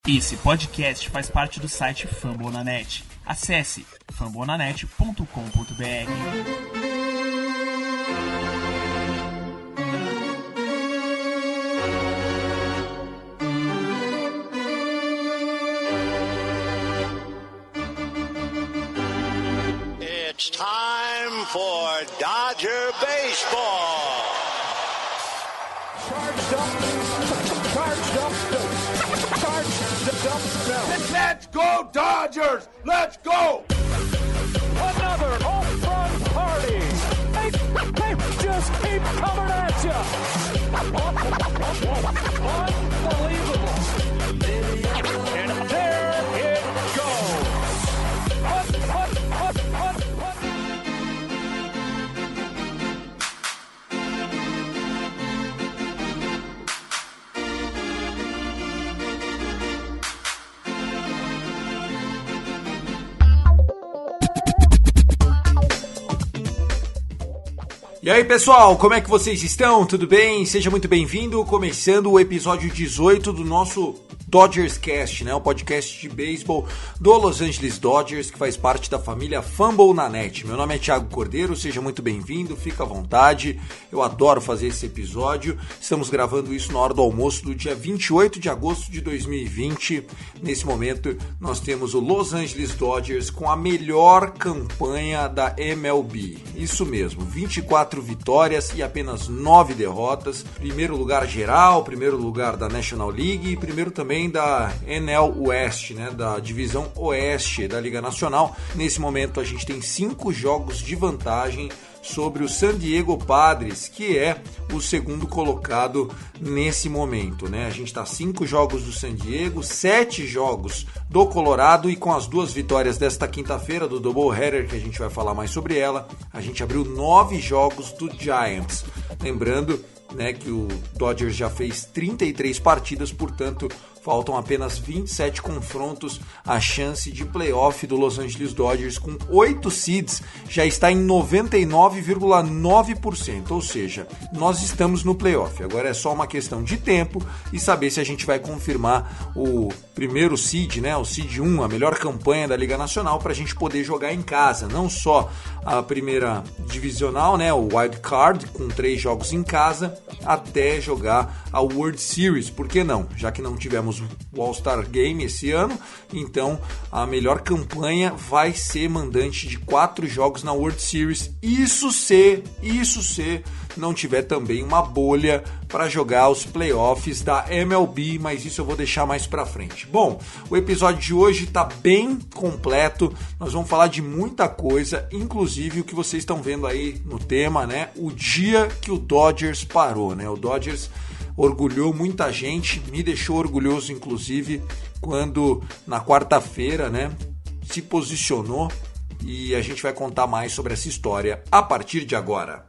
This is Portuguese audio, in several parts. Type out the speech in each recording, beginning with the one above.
Esse podcast faz parte do site Fambonanet. Acesse fambonanet.com.br. It's time for Dodger Baseball. Charged up. Let's go, Dodgers! Let's go! Another home run party. They just keep coming at you. Unbelievable. And there it goes. E aí pessoal, como é que vocês estão? Tudo bem? Seja muito bem-vindo, começando o episódio 18 do nosso Dodgers Cast, né? O podcast de beisebol do Los Angeles Dodgers, que faz parte da família Fambonanet. Meu nome é Thiago Cordeiro, seja muito bem-vindo, fica à vontade. Eu adoro fazer esse episódio. Estamos gravando isso na hora do almoço do dia 28 de agosto de 2020. Nesse momento, nós temos o Los Angeles Dodgers com a melhor campanha da MLB. Isso mesmo, 24 vitórias e apenas 9 derrotas. Primeiro lugar geral, primeiro lugar da National League e primeiro também da NL West, né, da divisão oeste da Liga Nacional. Nesse momento a gente tem 5 jogos de vantagem sobre o San Diego Padres, que é o segundo colocado nesse momento, né? A gente está 5 jogos do San Diego, 7 jogos do Colorado e com as 2 vitórias desta quinta-feira do Doubleheader, que a gente vai falar mais sobre ela, a gente abriu 9 jogos do Giants. Lembrando, né, que o Dodgers já fez 33 partidas, portanto faltam apenas 27 confrontos. A chance de playoff do Los Angeles Dodgers com 8 seeds já está em 99,9%, ou seja, nós estamos no playoff. Agora é só uma questão de tempo e saber se a gente vai confirmar o primeiro seed, né, o seed 1, a melhor campanha da Liga Nacional, para a gente poder jogar em casa, não só a primeira divisional, né, o Wild Card, com 3 jogos em casa, até jogar a World Series. Por que não? Já que não tivemos o All-Star Game esse ano, então a melhor campanha vai ser mandante de 4 jogos na World Series. Isso se não tiver também uma bolha para jogar os playoffs da MLB, mas isso eu vou deixar mais para frente. Bom, o episódio de hoje está bem completo, nós vamos falar de muita coisa, inclusive o que vocês estão vendo aí no tema, né? O dia que o Dodgers parou, né? O Dodgers orgulhou muita gente, me deixou orgulhoso inclusive quando na quarta-feira, né, se posicionou, e a gente vai contar mais sobre essa história a partir de agora.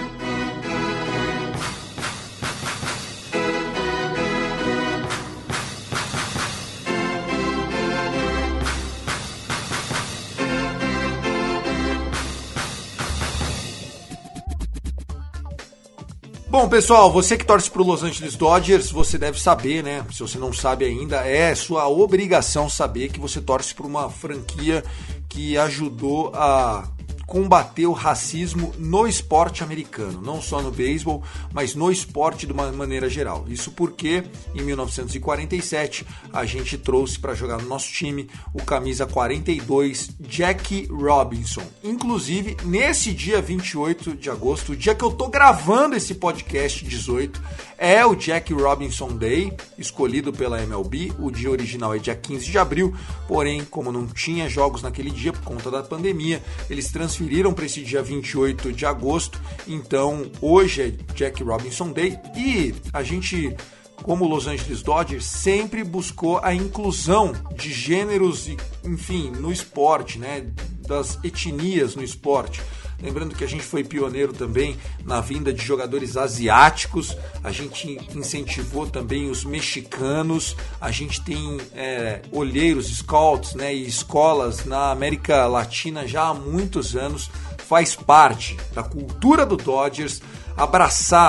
Bom, pessoal, você que torce para o Los Angeles Dodgers, você deve saber, né? Se você não sabe ainda, é sua obrigação saber que você torce para uma franquia que ajudou a combater o racismo no esporte americano, não só no beisebol, mas no esporte de uma maneira geral. Isso porque em 1947 a gente trouxe para jogar no nosso time o camisa 42 Jackie Robinson. Inclusive, nesse dia 28 de agosto, o dia que eu tô gravando esse podcast 18, é o Jackie Robinson Day, escolhido pela MLB. O dia original é dia 15 de abril, porém, como não tinha jogos naquele dia por conta da pandemia, eles transferiram para esse dia 28 de agosto. Então, hoje é Jackie Robinson Day e a gente, como Los Angeles Dodgers, sempre buscou a inclusão de gêneros, enfim, no esporte, né, das etnias no esporte. Lembrando que a gente foi pioneiro também na vinda de jogadores asiáticos, a gente incentivou também os mexicanos, a gente tem olheiros, scouts, né, e escolas na América Latina já há muitos anos. Faz parte da cultura do Dodgers abraçar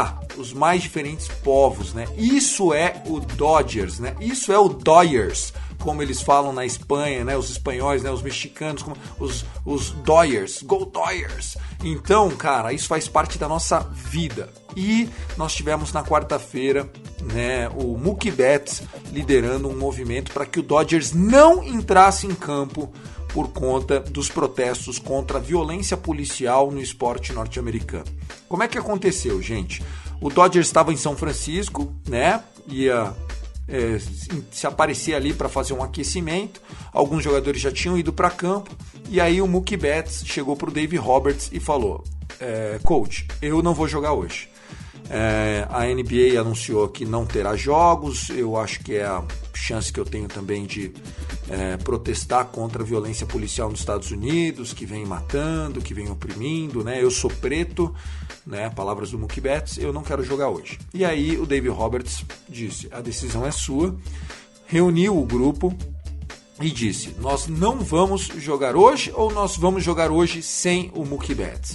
os mais diferentes povos, né? Isso é o Dodgers, né? Isso é o Dodgers, como eles falam na Espanha, né? Os espanhóis, né? Os mexicanos, como os Dodgers, Go Dodgers. Então, cara, isso faz parte da nossa vida. E nós tivemos na quarta-feira, né, o Mookie Betts liderando um movimento para que o Dodgers não entrasse em campo por conta dos protestos contra a violência policial no esporte norte-americano. Como é que aconteceu, gente? O Dodgers estava em São Francisco, né? Ia se aparecer ali para fazer um aquecimento. Alguns jogadores já tinham ido para campo. E aí o Mookie Betts chegou para o Dave Roberts e falou: Coach, eu não vou jogar hoje. A NBA anunciou que não terá jogos. Eu acho que é a chance que eu tenho também de protestar contra a violência policial nos Estados Unidos, que vem matando, que vem oprimindo, né? Eu sou preto, né? Palavras do Mookie Betts, eu não quero jogar hoje. E aí o Dave Roberts disse: a decisão é sua. Reuniu o grupo e disse: nós não vamos jogar hoje, ou nós vamos jogar hoje sem o Mookie Betts.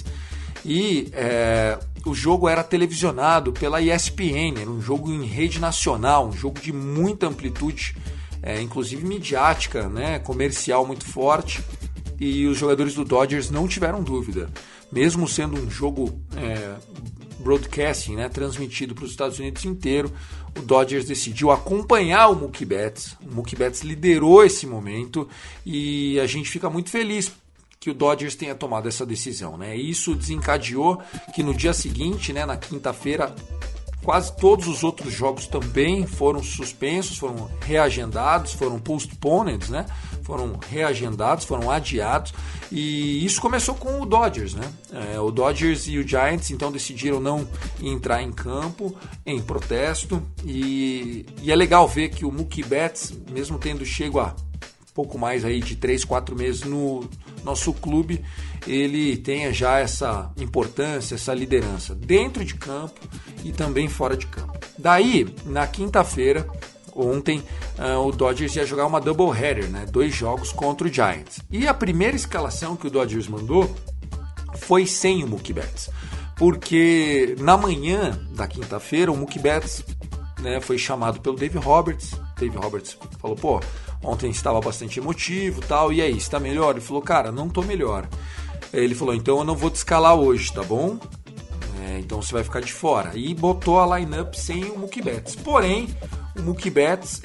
E o jogo era televisionado pela ESPN, era um jogo em rede nacional, um jogo de muita amplitude, inclusive midiática, né, comercial muito forte, e os jogadores do Dodgers não tiveram dúvida. Mesmo sendo um jogo broadcasting, né, transmitido para os Estados Unidos inteiro, o Dodgers decidiu acompanhar o Mookie Betts. O Mookie Betts liderou esse momento e a gente fica muito feliz que o Dodgers tenha tomado essa decisão, né? Isso desencadeou que no dia seguinte, né, na quinta-feira, quase todos os outros jogos também foram suspensos, foram reagendados, foram postponed, né? Foram reagendados, foram adiados, e isso começou com o Dodgers, né? O Dodgers e o Giants então decidiram não entrar em campo em protesto, e é legal ver que o Mookie Betts, mesmo tendo chego a pouco mais aí de 3-4 meses no nosso clube, ele tenha já essa importância, essa liderança dentro de campo e também fora de campo. Daí, na quinta-feira, ontem, o Dodgers ia jogar uma doubleheader, né? 2 jogos contra o Giants. E a primeira escalação que o Dodgers mandou foi sem o Mookie Betts, porque na manhã da quinta-feira o Mookie Betts, né, foi chamado pelo Dave Roberts. Dave Roberts falou: pô, ontem estava bastante emotivo, tal, e aí, está melhor? Ele falou: cara, não tô melhor. Ele falou: então eu não vou te escalar hoje, tá bom? Então você vai ficar de fora. E botou a lineup sem o Mookie Betts. Porém, o Mookie Betts,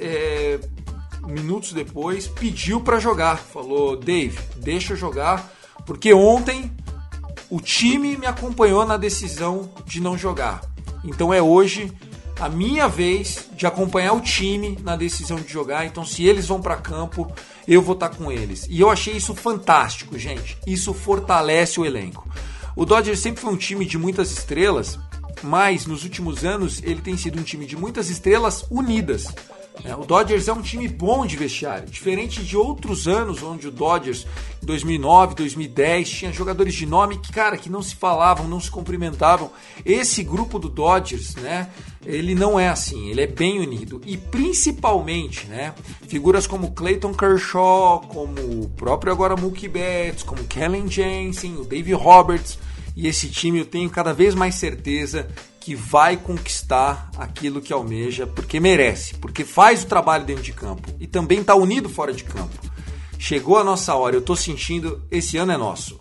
minutos depois, pediu para jogar. Falou: Dave, deixa eu jogar, porque ontem o time me acompanhou na decisão de não jogar. Então é hoje a minha vez de acompanhar o time na decisão de jogar. Então, se eles vão para campo, eu vou estar com eles. E eu achei isso fantástico, gente. Isso fortalece o elenco. O Dodgers sempre foi um time de muitas estrelas, mas nos últimos anos ele tem sido um time de muitas estrelas unidas. O Dodgers é um time bom de vestiário, diferente de outros anos onde o Dodgers, em 2009, 2010, tinha jogadores de nome que não se falavam, não se cumprimentavam. Esse grupo do Dodgers, né, ele não é assim, ele é bem unido. E principalmente, né, figuras como Clayton Kershaw, como o próprio agora Mookie Betts, como Kellen Jansen, o Dave Roberts. E esse time eu tenho cada vez mais certeza que vai conquistar aquilo que almeja, porque merece, porque faz o trabalho dentro de campo e também está unido fora de campo. Chegou a nossa hora, eu estou sentindo, esse ano é nosso.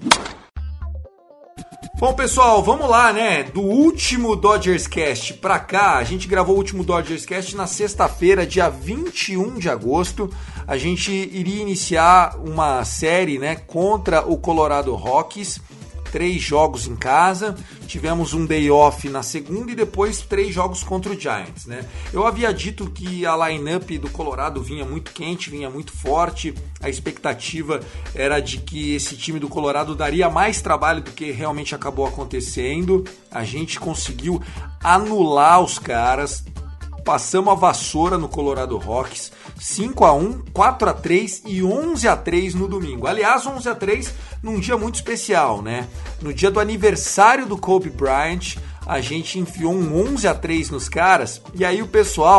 Bom, pessoal, vamos lá, né? Do último Dodgers Cast pra cá, a gente gravou o último Dodgers Cast na sexta-feira, dia 21 de agosto. A gente iria iniciar uma série, né, contra o Colorado Rockies. 3 jogos em casa, tivemos um day off na segunda e depois 3 jogos contra o Giants, né? Eu havia dito que a lineup do Colorado vinha muito quente, vinha muito forte, a expectativa era de que esse time do Colorado daria mais trabalho do que realmente acabou acontecendo. A gente conseguiu anular os caras, passamos a vassoura no Colorado Rockies, 5-1, 4-3 e 11-3 no domingo. Aliás, 11-3 num dia muito especial, né? No dia do aniversário do Kobe Bryant, a gente enfiou um 11-3 nos caras, e aí o pessoal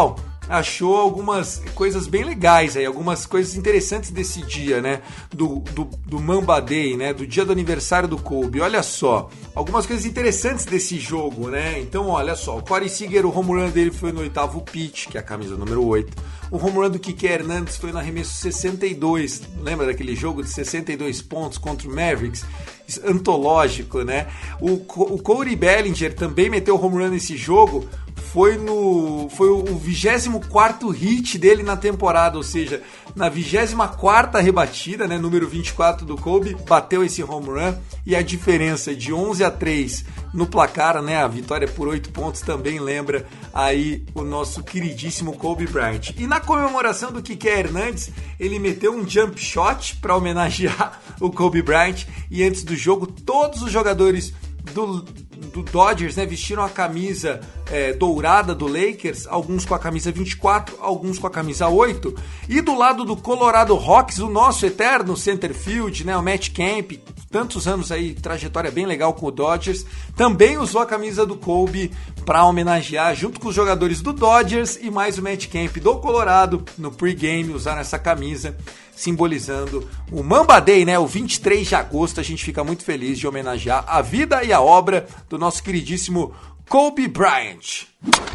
achou algumas coisas bem legais aí, algumas coisas interessantes desse dia, né? Do Mamba Day, né? Do dia do aniversário do Kobe. Olha só, algumas coisas interessantes desse jogo, né? Então, olha só, o Corey Seager, o home run dele foi no 8º pitch, que é a camisa número 8. O home run do Kike Hernandez foi no arremesso 62. Lembra daquele jogo de 62 pontos contra o Mavericks? Antológico, né? O Cody Bellinger também meteu home run nesse jogo. Foi o 24º hit dele na temporada, ou seja, na 24ª rebatida, né, número 24 do Kobe, bateu esse home run, e a diferença de 11-3 no placar, né, a vitória por 8 pontos, também lembra aí o nosso queridíssimo Kobe Bryant. E na comemoração do Kike Hernandez, ele meteu um jump shot para homenagear o Kobe Bryant, e antes do jogo, todos os jogadores do Dodgers, né, vestiram a camisa dourada do Lakers, alguns com a camisa 24, alguns com a camisa 8, e do lado do Colorado Rockies, o nosso eterno center field, né, o Matt Kemp, tantos anos aí, trajetória bem legal com o Dodgers, também usou a camisa do Kobe para homenagear, junto com os jogadores do Dodgers e mais o Matt Kemp do Colorado, no pregame, usaram essa camisa, simbolizando o Mamba Day, né? O 23 de agosto, a gente fica muito feliz de homenagear a vida e a obra do nosso queridíssimo Kobe Bryant.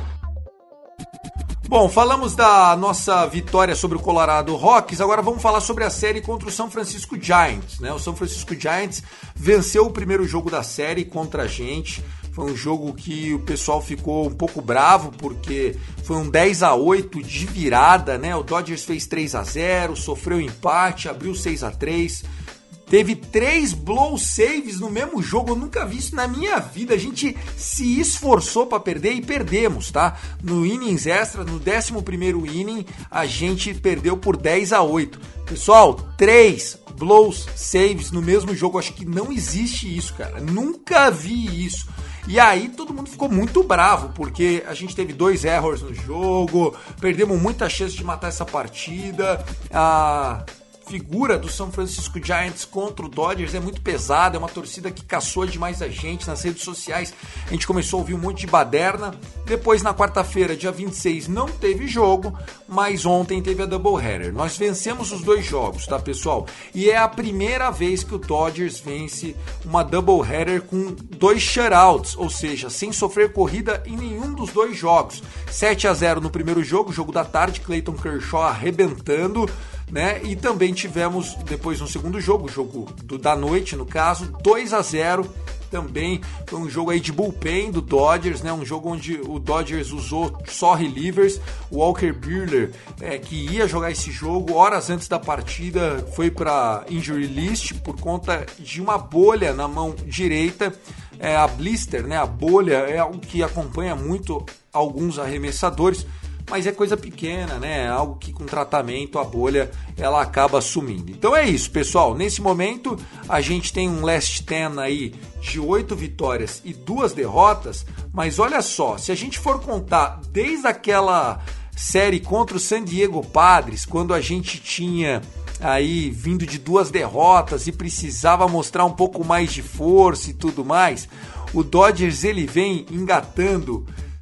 Bom, falamos da nossa vitória sobre o Colorado Rockies, agora vamos falar sobre a série contra o São Francisco Giants, né? O São Francisco Giants venceu o primeiro jogo da série contra a gente. Foi um jogo que o pessoal ficou um pouco bravo, porque foi um 10-8 de virada, né? O Dodgers fez 3-0, sofreu empate, abriu 6-3. Teve 3 blow saves no mesmo jogo, eu nunca vi isso na minha vida. A gente se esforçou para perder e perdemos, tá? No innings extra, no 11º inning, a gente perdeu por 10-8. Pessoal, 3 blow saves no mesmo jogo, acho que não existe isso, cara. Nunca vi isso. E aí todo mundo ficou muito bravo, porque a gente teve 2 errors no jogo, perdemos muita chance de matar essa partida. A figura do São Francisco Giants contra o Dodgers é muito pesada, é uma torcida que caçou demais a gente nas redes sociais. A gente começou a ouvir um monte de baderna. Depois, na quarta-feira, dia 26, não teve jogo, mas ontem teve a doubleheader. Nós vencemos os 2 jogos, tá, pessoal? E é a primeira vez que o Dodgers vence uma doubleheader com 2 shutouts, ou seja, sem sofrer corrida em nenhum dos 2 jogos. 7-0 no primeiro jogo, jogo da tarde, Clayton Kershaw arrebentando, né? E também tivemos depois no segundo jogo, o jogo da noite no caso, 2-0, também foi um jogo aí de bullpen do Dodgers, né? Um jogo onde o Dodgers usou só relievers. O Walker Buehler, que ia jogar esse jogo horas antes da partida, foi para injury list por conta de uma bolha na mão direita. A blister, né? A bolha é algo que acompanha muito alguns arremessadores, mas é coisa pequena, né? Algo que com tratamento a bolha ela acaba sumindo. Então é isso, pessoal. Nesse momento a gente tem um last 10 aí de 8 vitórias e 2 derrotas, mas olha só, se a gente for contar desde aquela série contra o San Diego Padres, quando a gente tinha aí vindo de 2 derrotas e precisava mostrar um pouco mais de força e tudo mais, o Dodgers ele vem engatando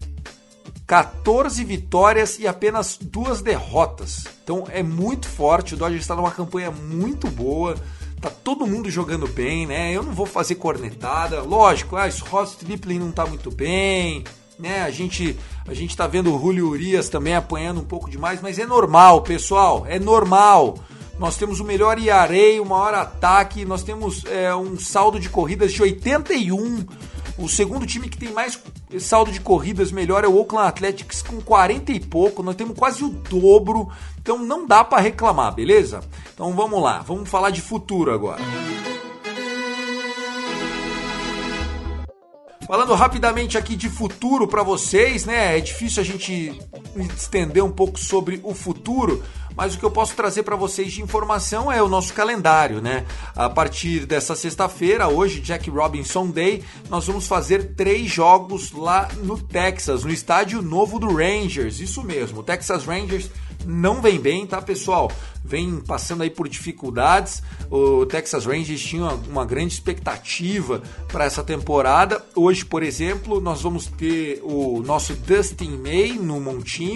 14 vitórias e apenas 2 derrotas. Então é muito forte, o Dodgers está numa campanha muito boa, tá todo mundo jogando bem, né? Eu não vou fazer cornetada, lógico, o Ross Stripling não tá muito bem, né? A gente tá vendo o Julio Urias também apanhando um pouco demais, mas é normal, pessoal, é normal. Nós temos o melhor ERA, o maior ataque, nós temos um saldo de corridas de 81. O segundo time que tem mais saldo de corridas melhor é o Oakland Athletics com 40 e pouco. Nós temos quase o dobro, então não dá para reclamar, beleza? Então vamos lá, vamos falar de futuro agora. Falando rapidamente aqui de futuro para vocês, né? É difícil a gente estender um pouco sobre o futuro, mas o que eu posso trazer para vocês de informação é o nosso calendário, né? A partir dessa sexta-feira, hoje, Jack Robinson Day, nós vamos fazer 3 jogos lá no Texas, no estádio novo do Rangers. Isso mesmo, o Texas Rangers não vem bem, tá, pessoal? Vem passando aí por dificuldades. O Texas Rangers tinha uma grande expectativa para essa temporada. Hoje, por exemplo, nós vamos ter o nosso Dustin May no montinho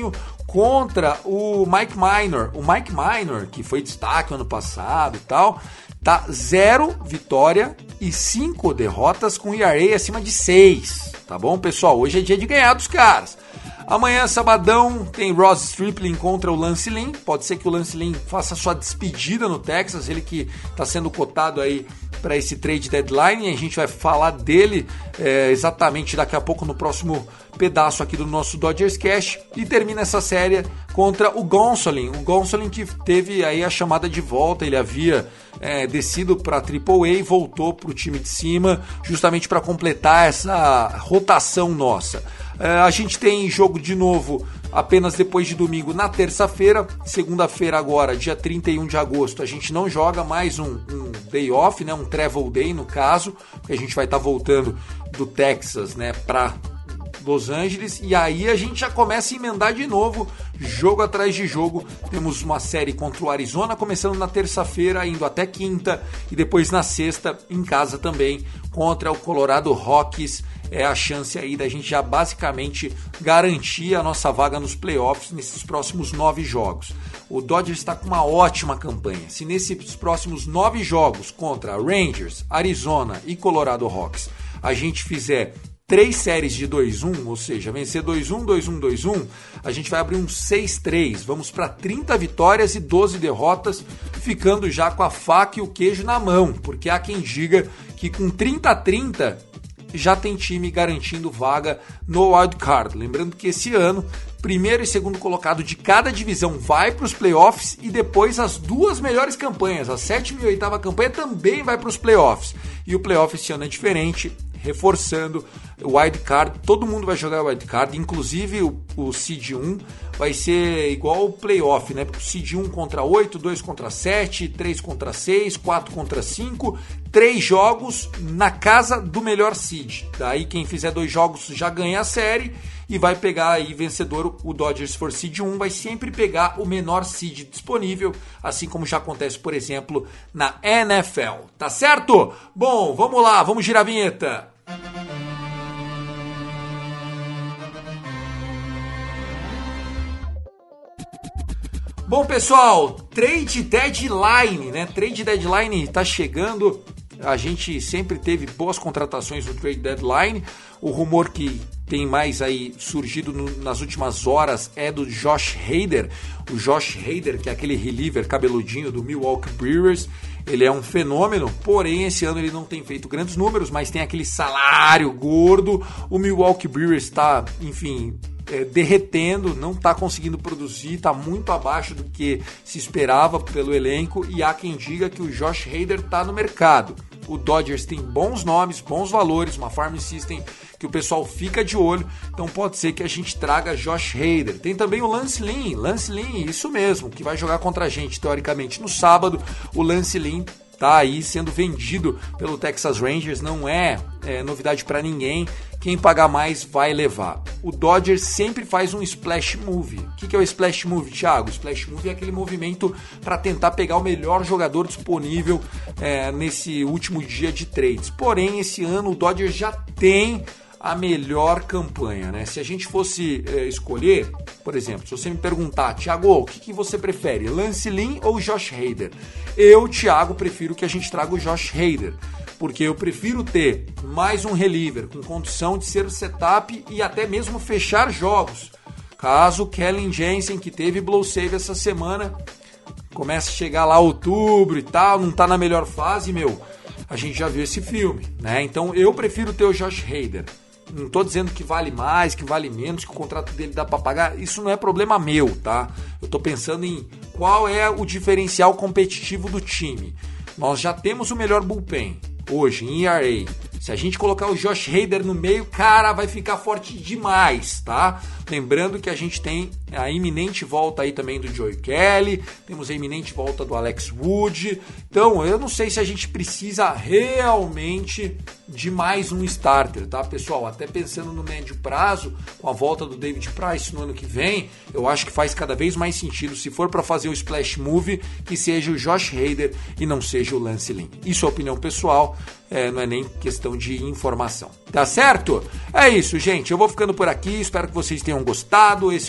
contra o Mike Minor. O Mike Minor, que foi destaque ano passado e tal, tá 0 vitória e 5 derrotas com ERA acima de 6. Tá bom, pessoal? Hoje é dia de ganhar dos caras. Amanhã, sabadão, tem Ross Stripling contra o Lance Lynn. Pode ser que o Lance Lynn faça sua despedida no Texas, ele que está sendo cotado aí para esse trade deadline, e a gente vai falar dele exatamente daqui a pouco no próximo pedaço aqui do nosso Dodgers Cash. E termina essa série contra o Gonsolin. O Gonsolin que teve aí a chamada de volta, ele havia descido para AAA e voltou para o time de cima, justamente para completar essa rotação nossa. A gente tem jogo de novo apenas depois de domingo na terça-feira. Segunda-feira agora, dia 31 de agosto, a gente não joga mais um day off, né, um travel day no caso, porque a gente vai estar voltando do Texas, né, para Los Angeles, e aí a gente já começa a emendar de novo, jogo atrás de jogo. Temos uma série contra o Arizona, começando na terça-feira, indo até quinta, e depois na sexta, em casa também, contra o Colorado Rockies. É a chance aí da gente já basicamente garantir a nossa vaga nos playoffs nesses próximos 9 jogos. O Dodgers está com uma ótima campanha. Se nesses próximos 9 jogos contra Rangers, Arizona e Colorado Rockies a gente fizer 3 séries de 2-1, ou seja, vencer 2-1, 2-1, 2-1, a gente vai abrir um 6-3. Vamos para 30 vitórias e 12 derrotas, ficando já com a faca e o queijo na mão, porque há quem diga que com 30-30 já tem time garantindo vaga no Wild Card. Lembrando que esse ano, primeiro e segundo colocado de cada divisão vai para os playoffs, e depois as 2 melhores campanhas, a 7ª e 8ª campanha, também vai para os playoffs. E o playoff esse ano é diferente, reforçando o Wild Card. Todo mundo vai jogar o Wild Card, inclusive o Seed 1 vai ser igual o playoff, né? Porque o Seed 1 contra 8, 2 contra 7, 3 contra 6, 4 contra 5, 3 jogos na casa do melhor seed. Daí quem fizer 2 jogos já ganha a série e vai pegar aí vencedor. O Dodgers for Seed 1 vai sempre pegar o menor seed disponível, assim como já acontece, por exemplo, na NFL. Tá certo? Bom, vamos lá, vamos girar a vinheta. Bom, pessoal, trade deadline, né? Trade deadline tá chegando. A gente sempre teve boas contratações no trade deadline. O rumor que tem mais aí surgido nas últimas horas é do Josh Hader. O Josh Hader, que é aquele reliever cabeludinho do Milwaukee Brewers, ele é um fenômeno, porém esse ano ele não tem feito grandes números, mas tem aquele salário gordo. O Milwaukee Brewers está, enfim, derretendo, não está conseguindo produzir, está muito abaixo do que se esperava pelo elenco, e há quem diga que o Josh Hader está no mercado. O Dodgers tem bons nomes, bons valores, uma farm system que o pessoal fica de olho, então pode ser que a gente traga Josh Hader. Tem também o Lance Lynn, isso mesmo, que vai jogar contra a gente teoricamente no sábado. O Lance Lynn tá aí sendo vendido pelo Texas Rangers, não é novidade para ninguém. Quem pagar mais vai levar. O Dodgers sempre faz um splash move. O que é o splash move, Thiago? O splash move é aquele movimento para tentar pegar o melhor jogador disponível nesse último dia de trades. Porém, esse ano o Dodgers já tem a melhor campanha, né? Se a gente fosse escolher, por exemplo, se você me perguntar, Thiago, o que você prefere, Lance Lynn ou Josh Hader? Eu, Thiago, prefiro que a gente traga o Josh Hader, porque eu prefiro ter mais um reliever com condição de ser setup e até mesmo fechar jogos. Caso o Kellen Jensen, que teve blow save essa semana, comece a chegar lá outubro e tal, não tá na melhor fase, a gente já viu esse filme, né? Então eu prefiro ter o Josh Hader. Não tô dizendo que vale mais, que vale menos, que o contrato dele dá para pagar. Isso não é problema meu, tá? Eu tô pensando em qual é o diferencial competitivo do time. Nós já temos o melhor bullpen hoje em ERA. Se a gente colocar o Josh Hader no meio, cara, vai ficar forte demais, tá? Lembrando que a gente tem a iminente volta aí também do Joey Kelly, temos a iminente volta do Alex Wood. Então, eu não sei se a gente precisa realmente de mais um starter, tá, pessoal? Até pensando no médio prazo, com a volta do David Price no ano que vem, eu acho que faz cada vez mais sentido, se for para fazer o splash move, que seja o Josh Hader e não seja o Lance Lynn. Isso é opinião pessoal, não é nem questão de informação. Tá certo? É isso, gente. Eu vou ficando por aqui. Espero que vocês tenham gostado. Esse é o Dodgers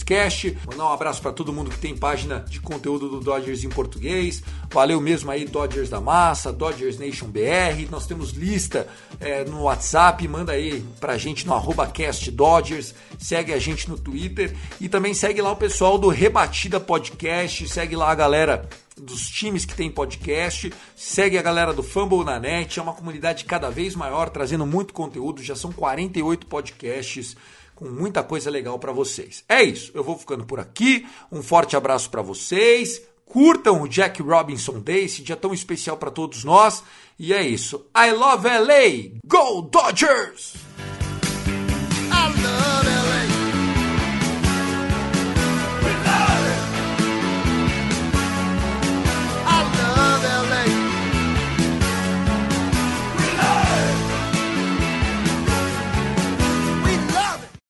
Cast. Mandar um abraço para todo mundo que tem página de conteúdo do Dodgers em português. Valeu mesmo aí, Dodgers da Massa, Dodgers Nation BR. Nós temos lista no WhatsApp. Manda aí pra gente no @castdodgers. Segue a gente no Twitter. E também segue lá o pessoal do Rebatida Podcast. Segue lá a galera dos times que tem podcast, segue a galera do Fumble na Net, é uma comunidade cada vez maior, trazendo muito conteúdo, já são 48 podcasts com muita coisa legal para vocês. É isso, eu vou ficando por aqui, um forte abraço para vocês, curtam o Jack Robinson Day, esse dia tão especial para todos nós, e é isso. I love LA! Go Dodgers!